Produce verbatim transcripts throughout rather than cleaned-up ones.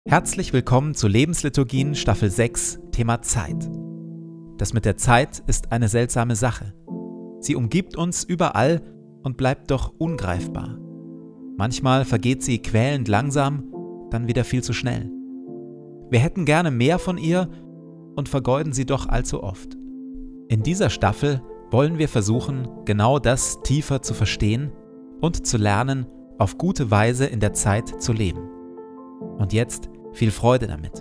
Herzlich willkommen zu Lebensliturgien Staffel sechs, Thema Zeit. Das mit der Zeit ist eine seltsame Sache. Sie umgibt uns überall und bleibt doch ungreifbar. Manchmal vergeht sie quälend langsam, dann wieder viel zu schnell. Wir hätten gerne mehr von ihr und vergeuden sie doch allzu oft. In dieser Staffel wollen wir versuchen, genau das tiefer zu verstehen und zu lernen, auf gute Weise in der Zeit zu leben. Und jetzt viel Freude damit.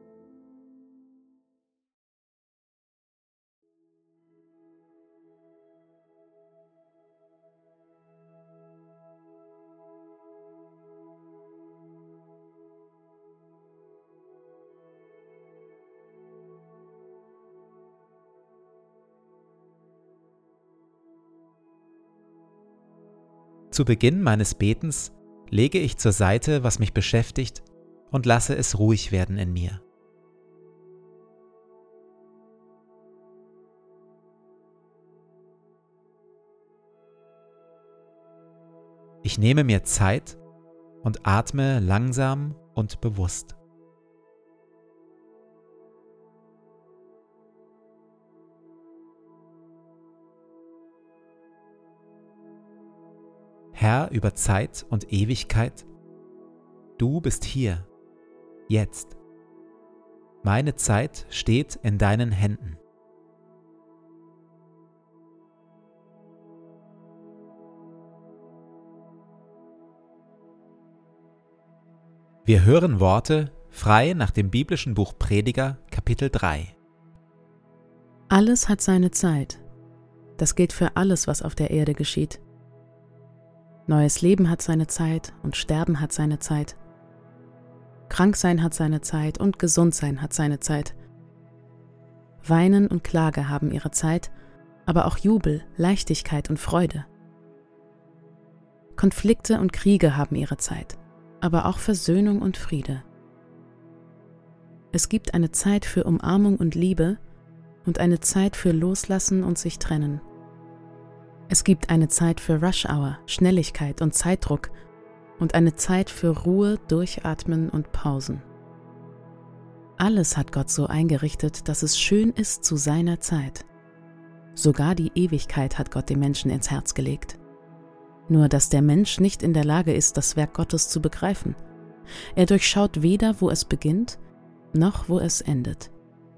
Zu Beginn meines Betens lege ich zur Seite, was mich beschäftigt, und lasse es ruhig werden in mir. Ich nehme mir Zeit und atme langsam und bewusst. Herr über Zeit und Ewigkeit, du bist hier, jetzt. Meine Zeit steht in deinen Händen. Wir hören Worte frei nach dem biblischen Buch Prediger, Kapitel drei. Alles hat seine Zeit. Das gilt für alles, was auf der Erde geschieht. Neues Leben hat seine Zeit und Sterben hat seine Zeit. Kranksein hat seine Zeit und Gesundsein hat seine Zeit. Weinen und Klage haben ihre Zeit, aber auch Jubel, Leichtigkeit und Freude. Konflikte und Kriege haben ihre Zeit, aber auch Versöhnung und Friede. Es gibt eine Zeit für Umarmung und Liebe und eine Zeit für Loslassen und sich trennen. Es gibt eine Zeit für Rush Hour, Schnelligkeit und Zeitdruck und eine Zeit für Ruhe, Durchatmen und Pausen. Alles hat Gott so eingerichtet, dass es schön ist zu seiner Zeit. Sogar die Ewigkeit hat Gott dem Menschen ins Herz gelegt. Nur dass der Mensch nicht in der Lage ist, das Werk Gottes zu begreifen. Er durchschaut weder, wo es beginnt, noch wo es endet.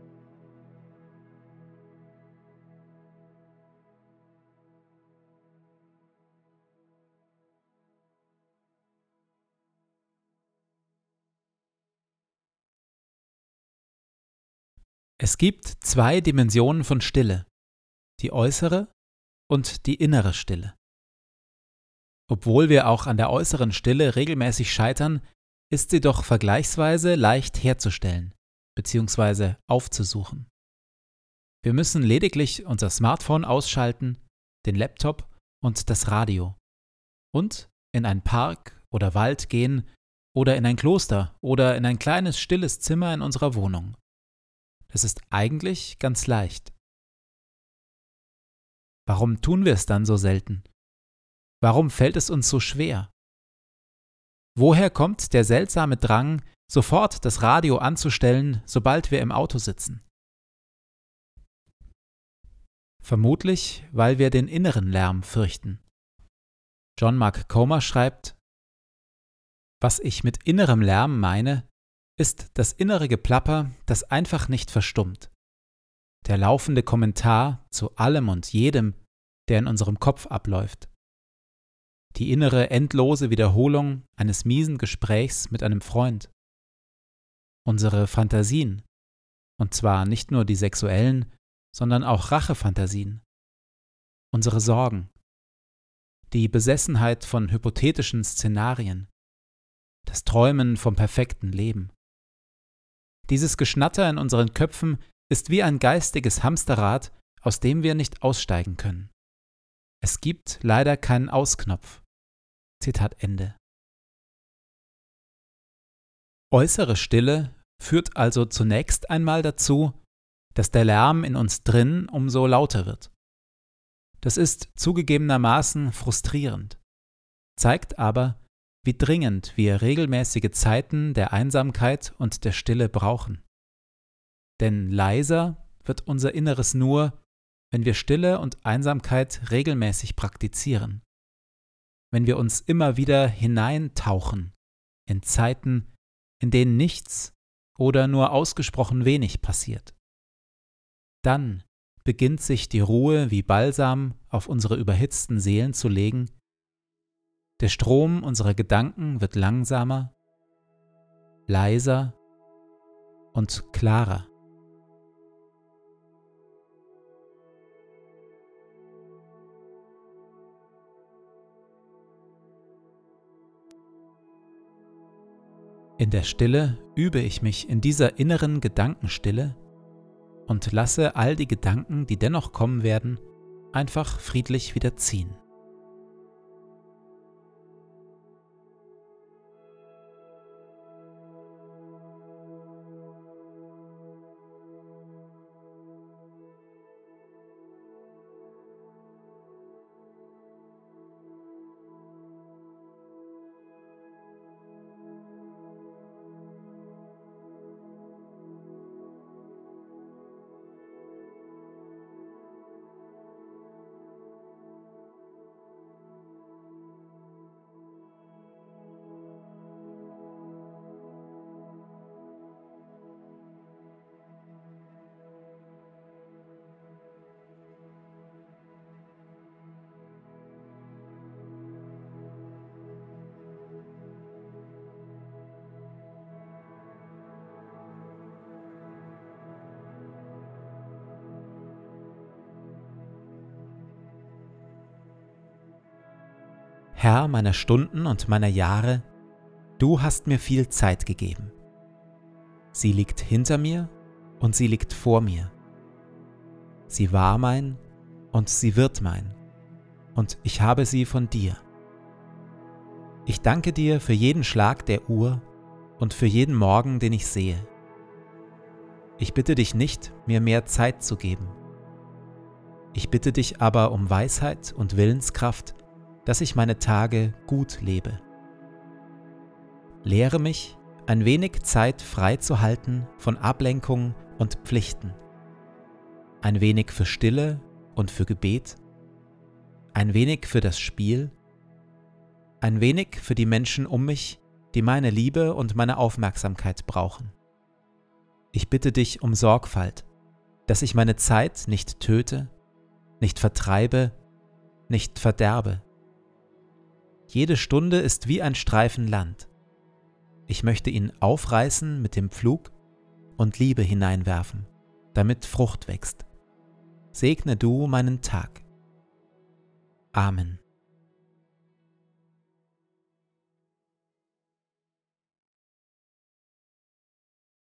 Es gibt zwei Dimensionen von Stille, die äußere und die innere Stille. Obwohl wir auch an der äußeren Stille regelmäßig scheitern, ist sie doch vergleichsweise leicht herzustellen bzw. aufzusuchen. Wir müssen lediglich unser Smartphone ausschalten, den Laptop und das Radio und in einen Park oder Wald gehen oder in ein Kloster oder in ein kleines stilles Zimmer in unserer Wohnung. Das ist eigentlich ganz leicht. Warum tun wir es dann so selten? Warum fällt es uns so schwer? Woher kommt der seltsame Drang, sofort das Radio anzustellen, sobald wir im Auto sitzen? Vermutlich, weil wir den inneren Lärm fürchten. John Mark Comer schreibt: Was ich mit innerem Lärm meine, ist das innere Geplapper, das einfach nicht verstummt. Der laufende Kommentar zu allem und jedem, der in unserem Kopf abläuft. Die innere endlose Wiederholung eines miesen Gesprächs mit einem Freund. Unsere Fantasien, und zwar nicht nur die sexuellen, sondern auch Rachefantasien. Unsere Sorgen. Die Besessenheit von hypothetischen Szenarien. Das Träumen vom perfekten Leben. Dieses Geschnatter in unseren Köpfen ist wie ein geistiges Hamsterrad, aus dem wir nicht aussteigen können. Es gibt leider keinen Ausknopf. Zitat Ende. Äußere Stille führt also zunächst einmal dazu, dass der Lärm in uns drin umso lauter wird. Das ist zugegebenermaßen frustrierend, zeigt aber, wie dringend wir regelmäßige Zeiten der Einsamkeit und der Stille brauchen. Denn leiser wird unser Inneres nur, wenn wir Stille und Einsamkeit regelmäßig praktizieren, wenn wir uns immer wieder hineintauchen in Zeiten, in denen nichts oder nur ausgesprochen wenig passiert. Dann beginnt sich die Ruhe wie Balsam auf unsere überhitzten Seelen zu legen. Der Strom unserer Gedanken wird langsamer, leiser und klarer. In der Stille übe ich mich in dieser inneren Gedankenstille und lasse all die Gedanken, die dennoch kommen werden, einfach friedlich wieder ziehen. Herr meiner Stunden und meiner Jahre, du hast mir viel Zeit gegeben. Sie liegt hinter mir und sie liegt vor mir. Sie war mein und sie wird mein, und ich habe sie von dir. Ich danke dir für jeden Schlag der Uhr und für jeden Morgen, den ich sehe. Ich bitte dich nicht, mir mehr Zeit zu geben. Ich bitte dich aber um Weisheit und Willenskraft, dass ich meine Tage gut lebe. Lehre mich, ein wenig Zeit frei zu halten von Ablenkung und Pflichten. Ein wenig für Stille und für Gebet. Ein wenig für das Spiel. Ein wenig für die Menschen um mich, die meine Liebe und meine Aufmerksamkeit brauchen. Ich bitte dich um Sorgfalt, dass ich meine Zeit nicht töte, nicht vertreibe, nicht verderbe. Jede Stunde ist wie ein Streifen Land. Ich möchte ihn aufreißen mit dem Pflug und Liebe hineinwerfen, damit Frucht wächst. Segne du meinen Tag. Amen.